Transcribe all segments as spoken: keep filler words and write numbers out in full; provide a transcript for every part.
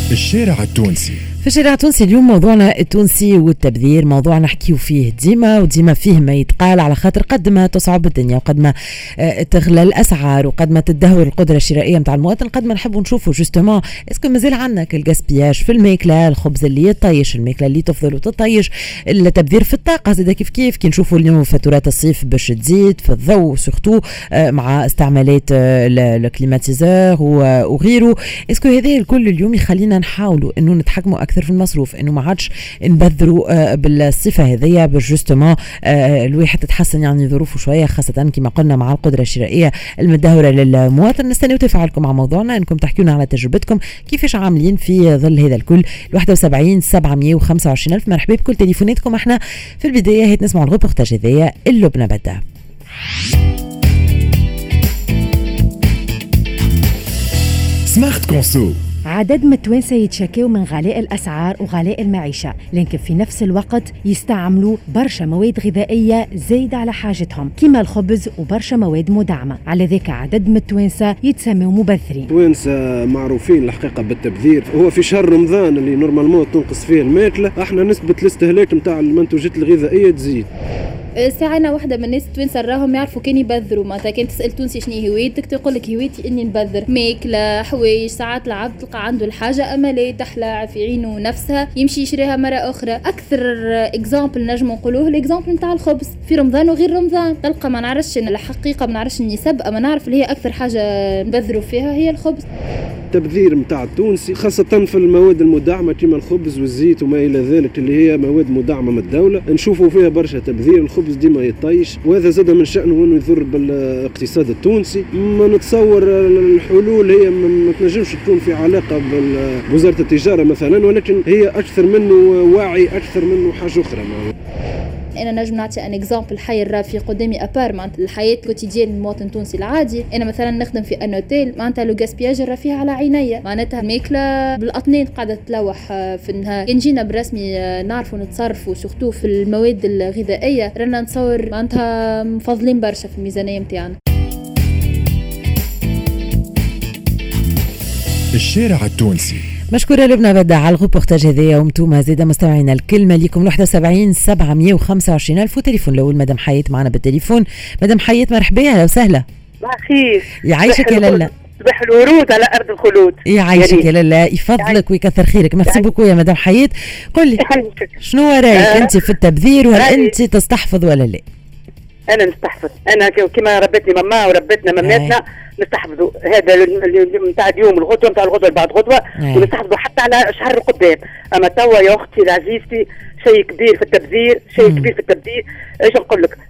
الشارع التونسي. في الشارع التونسي اليوم موضوعنا التونسي والتبذير، موضوع نحكيو فيه ديما وديما فيه ما يتقال، على خاطر قد ما تصعب الدنيا وقد ما تغلى الاسعار وقد ما تدهور القدره الشرائيه نتاع المواطن، قد ما نحبوا نشوفوا جوستومون اسكو مازال عندنا كالغاسبياج في الماكله، الخبز اللي يطيش، الماكله اللي تفضل وتطيش، التبذير في الطاقه زاد كيف كيف كي نشوفوا اليوم فاتورات الصيف باش تزيد في الضوء سورتو مع استعمالات الكليماتيزور وغيره. اسكو هذا الكل اليوم يخلينا نحاولوا انه نتحكموا اكثر في المصروف، انه ما عادش نبذروا بالصفه هذيا باش جوستومون الواحد تتحسن يعني ظروفه شويه، خاصه كما قلنا مع القدره الشرائيه المدهوره للمواطن. نستناو تفاعلكم مع موضوعنا، انكم تحكيونا على تجربتكم كيفاش عاملين في ظل هذا الكل. واحد وسبعين سبعمية وخمسة وعشرين ألف مرحبا بكل تليفوناتكم. احنا في البدايه هيت نسمعوا الغوبورتاج هذايا اللبنه بدا. سمارت كونسو. عدد من التوانسة يتشكوا من غلاء الأسعار وغلاء المعيشة، لكن في نفس الوقت يستعملوا برشا مواد غذائية زايدة على حاجتهم كما الخبز وبرشا مواد مدعمة. على ذلك عدد من التوانسة يتسموا مبذرين. التوانسة معروفين الحقيقة بالتبذير. هو في شهر رمضان اللي نورمالمون تنقص فيه الماكلة، احنا نسبة الاستهلاك نتاع المنتوجات الغذائية تزيد. ساعة واحدة من الناس التوانسة راهم يعرفوا كان يبذروا، معناتها كان تسأل تونسي شنو هوايتك تقول لك هوايتي اني نبذر ماكلة حوايج. ساعات العبد تلقى عنده الحاجة أملي تحلى في عينه نفسها يمشي يشريها مرة أخرى. أكثر إكزامبل نجم نقولوه الإكزامبل نتاع الخبز في رمضان وغير رمضان، تلقى ما نعرفش الحقيقة ما نعرفش النسب، أما نعرف اللي هي أكثر حاجة نبذروا فيها هي الخبز. التبذير متاع التونسي خاصة في المواد المدعمة كما الخبز والزيت وما إلى ذلك اللي هي مواد مدعمة من الدولة، نشوفوا فيها برشا تبذير. الخبز ديما يطيش وهذا زاد من شأنه أنه يضر بالاقتصاد التونسي. ما نتصور الحلول هي ما تنجمش تكون في علاقة بوزارة التجارة مثلا، ولكن هي أكثر منه واعي، أكثر منه حاجة أخرى. انا نجم نعطي ان اكزامبل حي الراب في قدامي ابار معناتها الحياه الكوتيديان للمواطن التونسي العادي. انا مثلا نخدم في ان اوتيل، معناتها لو غاسبياج راه فيها على عينيا، معناتها الماكله بالاطنين قاعده تلوح في النهار. كان جينا برسمي نعرفوا نتصرفوا سورتو في المواد الغذائيه، رانا نتصور معناتها مفضلين برشا في الميزانيه نتاعنا. الشارع التونسي. مشكورة لبنى بدع على الغوبورتاج هذايا، ومتوما زيدا مستمعينا الكلمة ليكم. واحد وسبعين سبعمية وخمسة وعشرين ألف. وتليفون الأول مدام حياة معنا بالتليفون. مدام حياة مرحبا، أهلا وسهلا. بخير. يعيشك يا لالا. صباح الورود على أرض الخلود. يعيشك يا لالا، يفضلك ويكثر خيرك. ميرسي بوكو يا مدام حياة. قولي شنو رايك آه. أنت في التبذير، وهل أنت تستحفظ ولا لا؟ أنا نستحفظ، أنا كما ربتني ماما وربتنا ماماتنا نستحفظوا هذا نتاع اليوم الغدوه نتاع الغدوه بعد غدوه، ونستحفظوا حتى على شهر القدام. اما توا يا اختي العزيزتي شيء كبير في التبذير، شيء كبير في التبذير. ايش نقول لك؟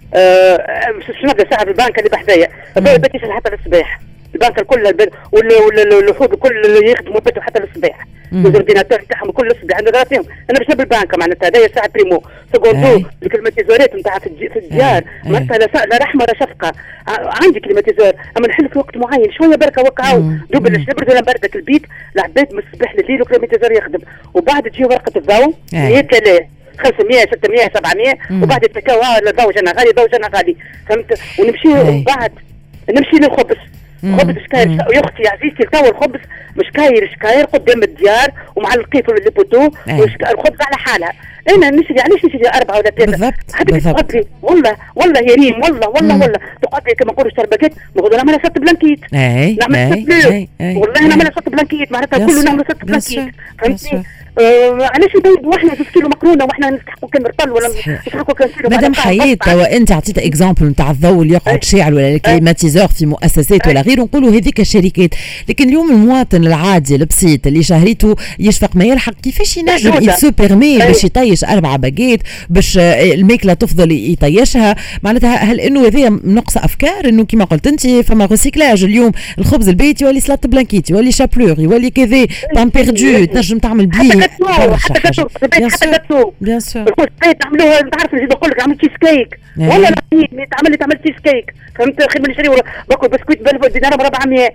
باش نبدا ساعه في البنك اللي بحذايا ما بديش حتى للصباح. البنك الكل والوحود الكل يخدموا بيتهم حتى للصباح. الأورديناتور نتاعهم الكل الصباح عند راسهم. انا باش نبدا البنك معناتها هذايا ساعه بريمو سكوندو الكليماتيزورات نتاع في الديار معناتها لا رحمه ولا شفقه. عندي كليماتيزور اما نحل في وقت معين شويه بركه وقعوا دوب الشبرد ولا بردك البيت العباد من الصباح لليل والكليماتيزور يخدم، وبعد تجي ورقه الضوء مية آلاف خمسمية ستمية سبعمية، وبعد تكاو الضوء جانا غالي الضوء جانا غالي، فهمت؟ ونمشي بعد نمشي للخبز. خبز شكاير يا اختي يا عزيزتي، توا الخبز مش كاير شكاير قدام الديار ومعلقين في البوتو، الخبز على حالها. انا نشري علاش نشري أربعة ولا ثلاثة حتى تقدري والله والله يا ريم والله والله والله تقدري كما نقولوا شربكات نقولوا نعملها ست بلانكيت نعمل ست والله نعملها ست بلانكيت معناتها كله نعملوا ست بلانكيت فهمتني؟ علاش يبيض واحنا نجيب كيلو مقرونه واحنا نستحقوا كان رطل ولا نستحقوا كان كيلو. مدام حياة توا انت عطيت اكزامبل نتاع الضوء اللي يقعد شاعل ولا الكليماتيزور في مؤسسات ولا غيره، نقولوا هذيك الشركات. لكن اليوم المواطن العادي البسيط اللي شهريته يشفق ما يلحق كيفاش ينجم يسو بيرمي باش يطيش أربعة باجيت باش الماكله تفضل يطيشها؟ معناتها هل انه هذه نقص افكار انه كما قلت انت فما ريسيكلاج؟ اليوم الخبز البيت يولي سلات بلانكيت يولي شابلور يولي كذا بان بيردو تنجم تعمل بيه حتى جاتو حتى جاتو بيان سور البيت عملوها تعرف نزيد نقول لك عمل تشيز كيك ولا لا تعمل تعمل تشيز كيك فهمت؟ خير من نشري باكل بسكويت ب ألف دينار ب أربعمية.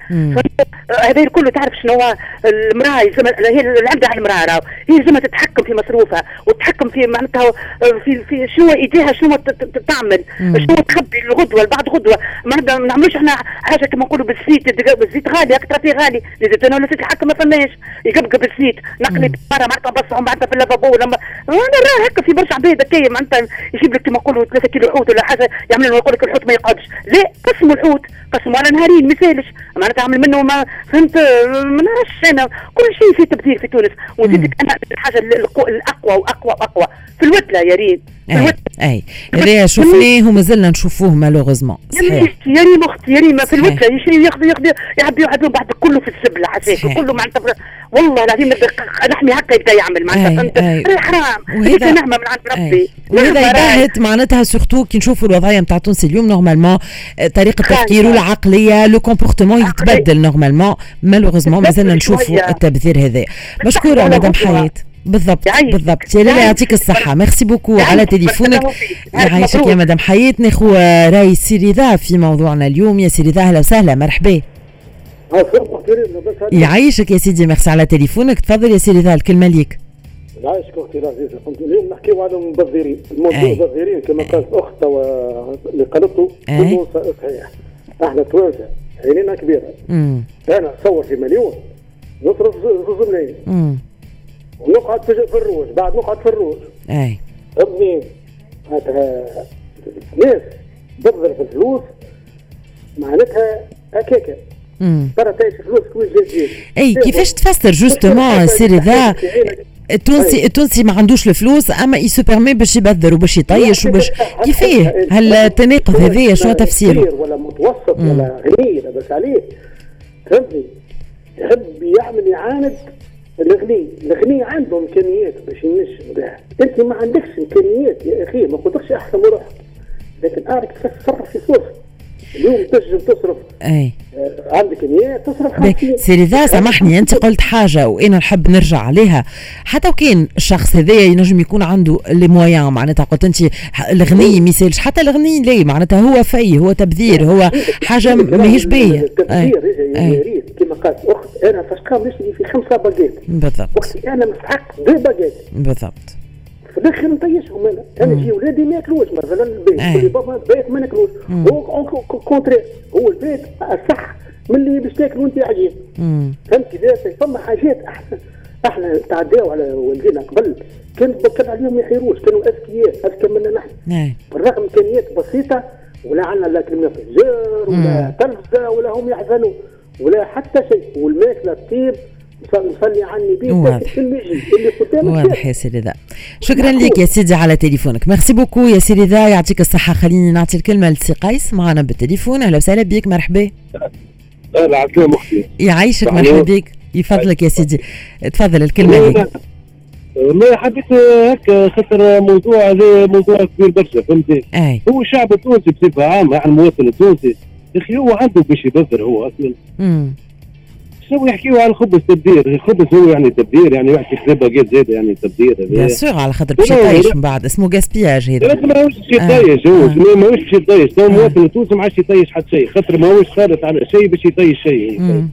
هذا كله تعرف شنو هو المراه هي اللي عندها المراه هي لازم تتحكم في مصروفها تتحكم في معناتها في في شنو ايديها شنو تعمل شنو تخبي الغدوه بعد غدوه. ما نعملوش احنا حاجه كما نقولوا بالزيت، بالزيت غالي اكثر فيه غالي لازم انا ولا الحكم ما فماش يقبقب بالزيت نقلي مره معناتها بصهم معناتها في اللافابو لما انا راه هكا في برشا عباد هكايا معناتها يجيب لك كما نقولوا ثلاثة كيلو حوت ولا حاجه يعمل لنا يقول لك الحوت ما يقعدش. لا قسموا الحوت قسموا على نهارين ما يسالش معناتها عمل منه ما فهمت ما نعرفش انا كل شيء في تبذير في تونس. ونزيدك انا الحاجه الاقوى واقوى واقوى في الوتله يا ريت اي اي هذا شفناه ومازلنا نشوفوه مالوغوزمون. صحيح يا ريم اختي يا ريم في الوتله ياخذ ياخذ يعبي يعبي بعد كله في السبله عساك كله معناتها والله العظيم لحمي هكا يبدا يعمل معناتها فهمت حرام هذيك نعمه من عند ربي. وهذا يبهت معناتها سورتو كي نشوفوا الوضعيه نتاع تونس اليوم نورمالمون طريقه التفكير والعقليه لو كومبورتمون يتبدل نورمالمون مالوغوزمون مازلنا نشوفوا التبذير هذا. مشكوره مدام حياة. بالضبط بالضبط يا لاله يعطيك الصحه. ميرسي بوكو على تليفونك. يعيشك يا مدام حياة. ناخذ راي سي رضا في موضوعنا اليوم. يا سي رضا اهلا وسهلا مرحبا. يعيشك يا سيدي ميرسي على تليفونك. تفضل يا سي رضا الكلمه ليك. يعيشك اختي العزيزه. كنت اليوم نحكيو على المبذرين الموضوع المبذرين كما قالت اخت اللي قالته كله صحيح. احنا توانسه عينينا كبيره. امم انا نصور في مليون نصرف زوز ملايين امم ونقعد في الروج بعد نقعد في الروج اي ابني هاتها ناس تبذر في الفلوس معناتها هكاكا امم ترى تعيش فلوس كل جديد. اي كيفاش تفسر جوستومون سي رضا التونسي التونسي ما عندوش الفلوس اما يسو بيرمي باش يبذر وباش يطيش وباش كيفاه هالتناقض هذايا شنو تفسيره؟ ولا متوسط مم. ولا غني بس عليه فهمتني يحب يعمل يعاند الغني. الغني عنده امكانيات باش ينجم بها. انت ما عندكش امكانيات يا اخي ما قلتلكش احسن من روحك لكن اعرف كيفاش تصرف في فلوس. اليوم تنجم تصرف اي آه عندك نية تصرف خمسين. سي رضا سامحني انت قلت حاجه وانا نحب نرجع عليها. حتى وكان الشخص هذايا ينجم يكون عنده لي مويان معناتها قلت انت الغني ما يسالش حتى الغني ليه معناتها هو في هو تبذير هو حاجه ماهيش باهيه. التبذير يا ريت كما قالت اخت انا فاش قام نشري في خمسه باجيت بالضبط وقت انا مستحق دو باجيت بالضبط في الاخر نطيشهم انا انا جي ولادي ما ياكلوش مثلا البيت اللي بابا البيت ما ناكلوش هو كونترير هو البيت الصح من اللي باش تاكلوا انت عجين فهمتي. لا فما حاجات احسن احنا تعداو على والدينا قبل كان كان عليهم ما يحيروش كانوا اذكياء اذكى منا نحن بالرغم امكانيات بسيطه ولا عندنا لا كليماتيزور ولا تلفزه ولا هم يحزنوا ولا حتى شيء والماكله الطيب نصلي عني بيه واضح اللي اللي قدامك واضح يا سيدي ذا. شكرا لك يا سيدي على تليفونك. ميرسي بوكو يا سيدي ذا يعطيك الصحه. خليني نعطي الكلمه لسي قيس معنا بالتليفون. اهلا وسهلا بك مرحبا. اهلا عسلامة اختي. يعيشك مرحبا بك يفضلك يا سيدي تفضل الكلمه لك. والله حبيت هكا خاطر موضوع هذا موضوع كبير برشا فهمتي. هو الشعب التونسي بصفه عامه المواطن التونسي يا اخي هو عنده باش يبذر هو اصلا. امم شو يحكيوا على الخبز تبذير. الخبز هو يعني تبذير يعني واحد يكتب باجيت زاده يعني تبذير. بيان سور على خاطر باش يطيش من بعد اسمه غاسبياج هذا. لا ماهوش باش يطيش هو ماهوش باش يطيش. تو المواطن التونسي ما عادش يطيش حتى شيء خاطر ماهوش خالط على شيء باش يطيش شيء.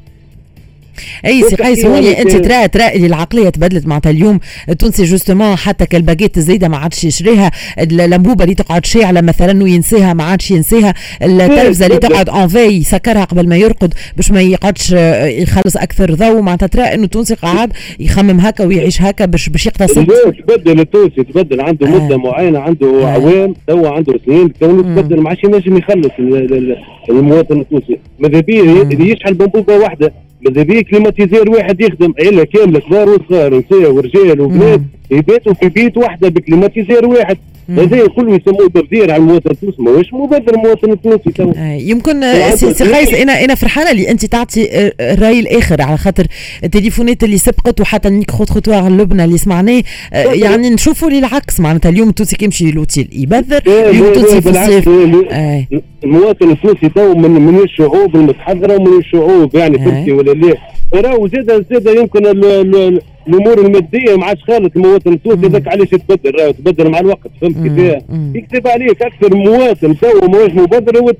اي سي قيس هوني انت ترى ترى اللي العقليه تبدلت معناتها اليوم التونسي جوستومون حتى كالباجيت الزايده ما عادش يشريها. الانبوبه اللي تقعد شاعله مثلا وينساها ما عادش ينساها. التلفزه اللي تقعد اون في يسكرها قبل ما يرقد باش ما يقعدش يخلص اكثر ضوء. معناتها ترى انه التونسي قاعد يخمم هكا ويعيش هكا باش باش يقتصد. تبدل التونسي تبدل عنده آه. مده معينه عنده آه. عوام توا عنده سنين تو تبدل ما عادش ينجم يخلص المواطن التونسي. ماذا بيه يشحن بانبوبه واحده ماذا بيه كليماتيزير واحد يخدم عيله كامله كبار وصغار نساء ورجال وبنات يباتوا في بيت واحده بكليماتيزير واحد. هذا كله يسموه تبذير على المواطن التونسي ماهوش مبذر المواطن التونسي تو. آه يمكن سي قيس انا انا فرحانه اللي انت تعطي الراي الاخر على خاطر التليفونات اللي سبقت وحتى الميكرو تروتوار اللبنه اللي سمعناه آه يعني نشوفوا للعكس معناتها اليوم التونسي كيمشي لوتيل يبذر اليوم التونسي في الصيف. آه. المواطن التونسي تو من من الشعوب المتحضره ومن الشعوب يعني فهمتي ولا لا راهو زاد زاد يمكن الامور الماديه ما عادش خالص المواطن التونسي هذاك علاش يتبدل راهو تبدل مع الوقت فهمت كيفاه يكتب عليك اكثر مواطن تو ماهوش مبادر هو التونسي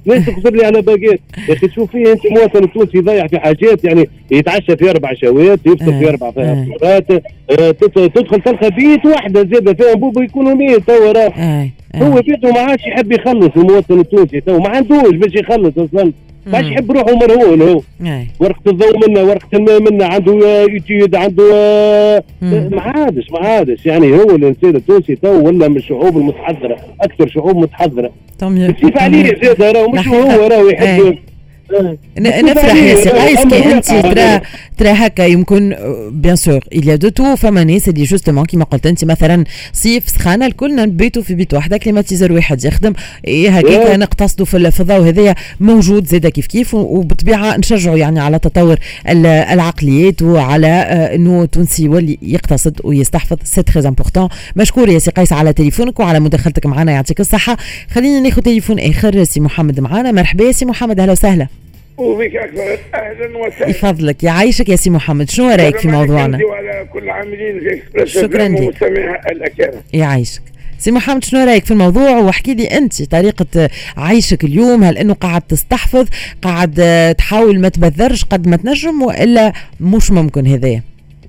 ليش تقصر لي على باقيات يا اخي؟ شوف فيه انت مواطن تونسي يضيع في حاجات، يعني يتعشى في اربع شوات، يفطر في اربع فطورات، تدخل تلقى بيت واحده زاده فيها بوبا يكونوا مية توا راه هو بيته ما عادش يحب يخلص. المواطن التونسي تو ما عندوش باش يخلص اصلا، ما عادش يحب روحه مرهون. هو ورقه الضوء منا، ورقه الماء منا، عنده يجيد، عنده ما عادش ما عادش يعني هو الانسان التونسي تو ولا من الشعوب المتحضره، اكثر شعوب متحضره. كيف عليه زاد راهو مش هو راهو يحب. نفرح يا سي قيس كي انت ترى ترى هكا يمكن بيان سور إليا دو تو. فما ناس اللي جوستومون كيما قلت انت مثلا صيف سخانه الكلنا نبيتوا في بيت واحده، كليماتيزر واحد يخدم إيه هكاك نقتصدوا في الفضاء، وهذايا موجود زاده كيف كيف. وبطبيعه نشجعوا يعني على تطور العقليات وعلى انه التونسي يولي يقتصد ويستحفظ. سي تري امبورطون. مشكور يا سي قيس على تليفونك وعلى مداخلتك معنا، يعطيك الصحه. خلينا ناخذ تليفون اخر. سي محمد معنا. مرحبا يا سي محمد، اهلا وسهلا. وبك أكثر. أهلا وسهلا. يفضلك يعيشك يا سي محمد، شنو رأيك في موضوعنا؟ وعلى كل عاملين في إكسبريس. شكرا لك ومستمعي الأكارم. يعيشك سي محمد، شنو رأيك في الموضوع؟ واحكي لي أنت طريقة عيشك اليوم، هل أنه قاعد تستحفظ، قاعد تحاول ما تبذرش قد ما تنجم، وإلا مش ممكن هذايا؟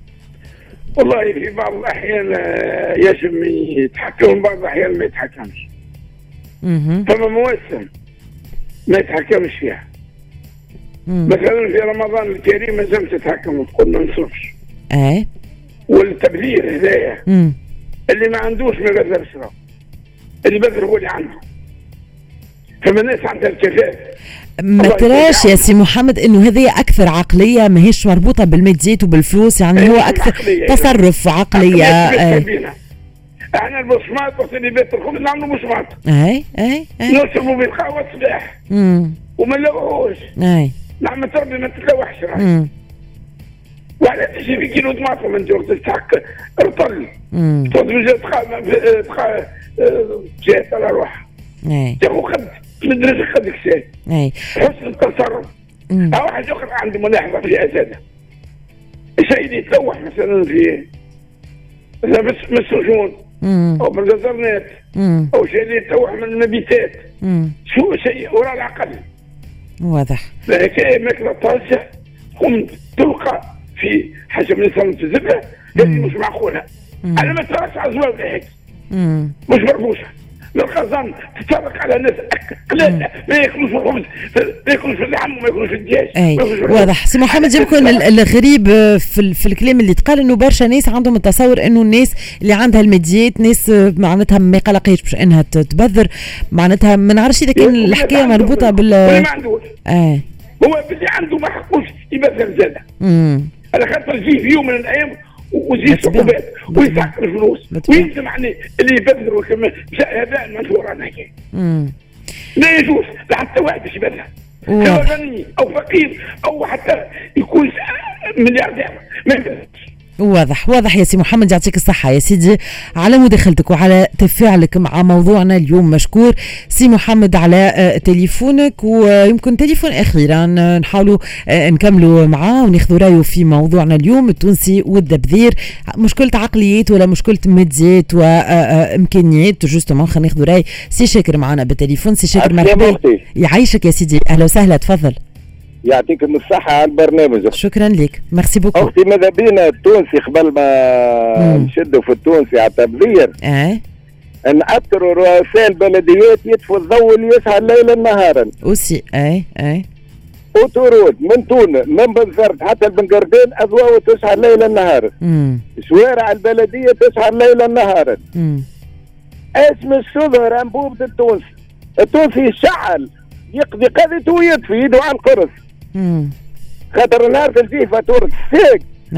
والله في بعض الأحيان يجب يتحكم، بعض الأحيان ما يتحكمش. فما مواسم ما يتحكمش فيها. مم. مثلا في رمضان الكريم لازم تتحكم وتقول ما نصومش. ايه. والتبذير هذايا اللي ما عندوش ما يبذرش، اللي بذر هو اللي عنده. فما الناس عندها الكفاءة. ما تراش يا سي محمد انه هذه اكثر عقليه ماهيش مربوطه بالماديات وبالفلوس، يعني أيه هو اكثر عقلية تصرف عقليه. أيه. احنا البصمات وقت اللي بيت الخبز نعملوا بصمات. اي اي اي نشربوا بالقهوه الصباح وما نلوحوش. اي نعمة ربي ما تتلوحش راهي. وعلى تجي في كيلو طماطم انت وقت تحك رطل تضرب جات تخا تخا جات على روحها. اي تاخذ خد من درجه خدك شيء. اي حسن التصرف. ها واحد اخر عنده ملاحظه في اساده. الشيء اللي يتلوح مثلا في لابس من السجون او من الجزرنات او شيء اللي يتلوح من المبيتات. شو شيء وراء العقل. واضح. فهيك ماكله طازجه تقوم تلقى في حاجه من صنف الزبده هذه مش معقوله. انا ما تراش عزوه هيك مش مربوشه. الخزان تتفرق على ناس قلال ما ياكلوش الخبز، ما ياكلوش اللحم وما ياكلوش الدجاج. اي واضح. سي محمد يمكن الغريب في, في الكلام اللي تقال انه برشا ناس عندهم التصور انه الناس اللي عندها الماديات ناس معناتها ما يقلقيش باش انها تبذر، معناتها ما نعرفش اذا كان الحكايه مربوطه بال ما عندوش. اه هو اللي عنده ما حقوش يبذر زاده. على خاطر جي في يوم من الايام وزيد عقوبات ويسحق الفلوس ويلزم يعني اللي يبذر وكما هذا المنشور انا هيك. لا يجوز لحتى واحد باش يبذر، سواء غني او فقير او حتى يكون ملياردير ما يبذرش. واضح واضح يا سي محمد، يعطيك الصحة يا سيدي على مداخلتك وعلى تفاعلك مع موضوعنا اليوم. مشكور سي محمد على تليفونك، ويمكن تليفون أخيرا نحاولوا نكملوا معاه وناخذوا رأيه في موضوعنا اليوم التونسي والتبذير. مشكلة عقليات ولا مشكلة ماديات وإمكانيات؟ جوستومون خلينا ناخذوا رأي سي شاكر معنا بالتليفون. سي شاكر مرحبا، يعيشك يا سيدي، أهلا وسهلا، تفضل. يعطيكم الصحة على البرنامج. شكرا لك، ميرسي بوكو. أختي ماذا بينا التونسي قبل ما نشدوا في التونسي على التبذير اه نأثروا رؤساء البلديات يطفوا الضوء اللي يسهر ليلا نهارا. أوسي اي اي وطرود من تونس من بنزرت حتى البنقردين أضواء تسهر ليلا نهارا. شوارع البلدية تسهر ليلا نهارا. اسم الشظهر أنبوبة التونسي. التونسي يشعل يقضي قضيته ويطفي يدو على القرص. خاطر نهار تجيه فاتورة السيق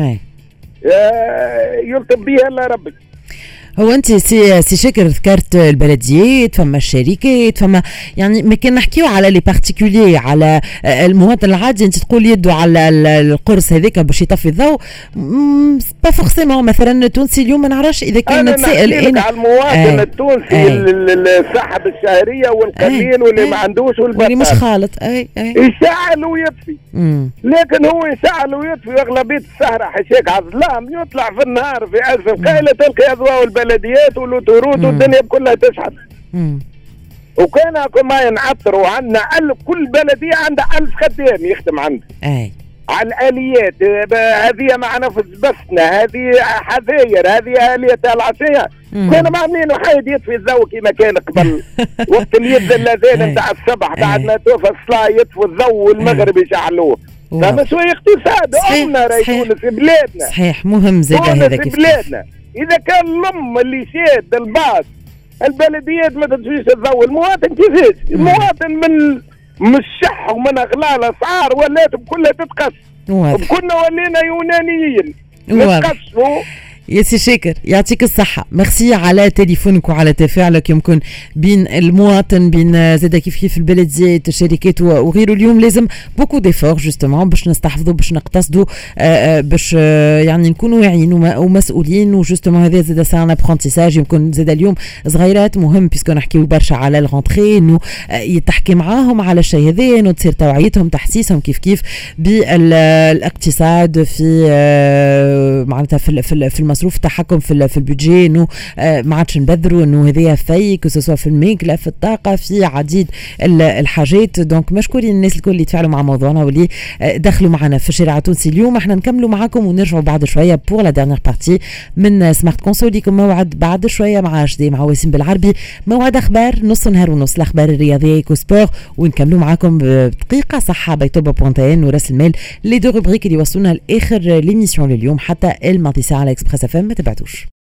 يلطب بيها الا ربي. هو انت سي سي شاكر ذكرت البلديات، فما الشركات، فما يعني ما كان نحكيو على لي بارتيكولي، على المواطن العادي. انت تقول يدو على القرص هذاك باش يطفي الضوء، با فورسيمون مثلا التونسي اليوم ما نعرفش اذا كان نتسائل انا على المواطن التونسي صاحب الشهريه والقليل واللي ما عندوش واللي مش خالط اي اي يشعل ويطفي. لكن هو يشعل ويطفي واغلبيه السهره حشاك على الظلام، يطلع في النهار في عز القايله تلقى اضواء البلديات والوتورود والدنيا كلها تشحن. وكان كما نعطروا عندنا ألف، كل بلديه عندها ألف خدام يخدم عندها. اي على الآليات هذه معنا في زبسنا، هذه حذاير، هذه آلية العشية. كنا معملين وحيد يطفي الضوء كما كان قبل وقت اللي يبدا الأذان نتاع الصبح بعد ما توفى الصلاة يطفوا الضوء والمغرب يشعلوه. فما شوية اقتصاد أمنا راهي تونس في بلادنا. صحيح مهم زاد هذا كيف بلادنا. إذا كان الأم اللي شاد الباص البلديات ما تدفيش الضوء، المواطن كيفاش؟ المواطن من من الشح ومن اغلال اسعار ولات كلها تتقص، وكنا ولينا يونانيين نتقصوا. يا سي شاكر يعطيك الصحة، ميرسي على تليفونك وعلى تفاعلك يمكن بين المواطن بين زادا كيف كيف البلديات الشركات وغيره. اليوم لازم بوكو ديفور جوستومون باش نستحفظوا باش نقتصدوا باش يعني نكونوا واعيين ومسؤولين، وجوستومون هذا زادا سان ابرونتيساج. يمكن زادا اليوم صغيرات مهم بيسكو نحكيو برشا على الغونتري، انه يتحكي معاهم على الشيء هذا، انه تصير توعيتهم تحسيسهم كيف كيف بالاقتصاد في معناتها في في, في مصروف التحكم في في البودجي، انه ما عادش نبذروا، انه هذايا في كسوا في الماكله في الطاقه في عديد الحاجات. دونك مشكورين الناس الكل اللي تفاعلوا مع موضوعنا واللي دخلوا معنا في الشارع التونسي اليوم. احنا نكملوا معاكم ونرجعوا بعد شويه بور لا ديرنيير بارتي من سمارت كونسول. لكم موعد بعد شويه مع جدي مع وسيم بالعربي، موعد اخبار نص نهار ونص، الاخبار الرياضيه ايكو سبور، ونكملوا معاكم بدقيقه صحه بيتوبا بوانتين وراس المال، لي دو روبريك اللي وصلونا لاخر ليميسيون لليوم حتى الماضي ساعه على اكسبريس اف ام. ما تبعتوش.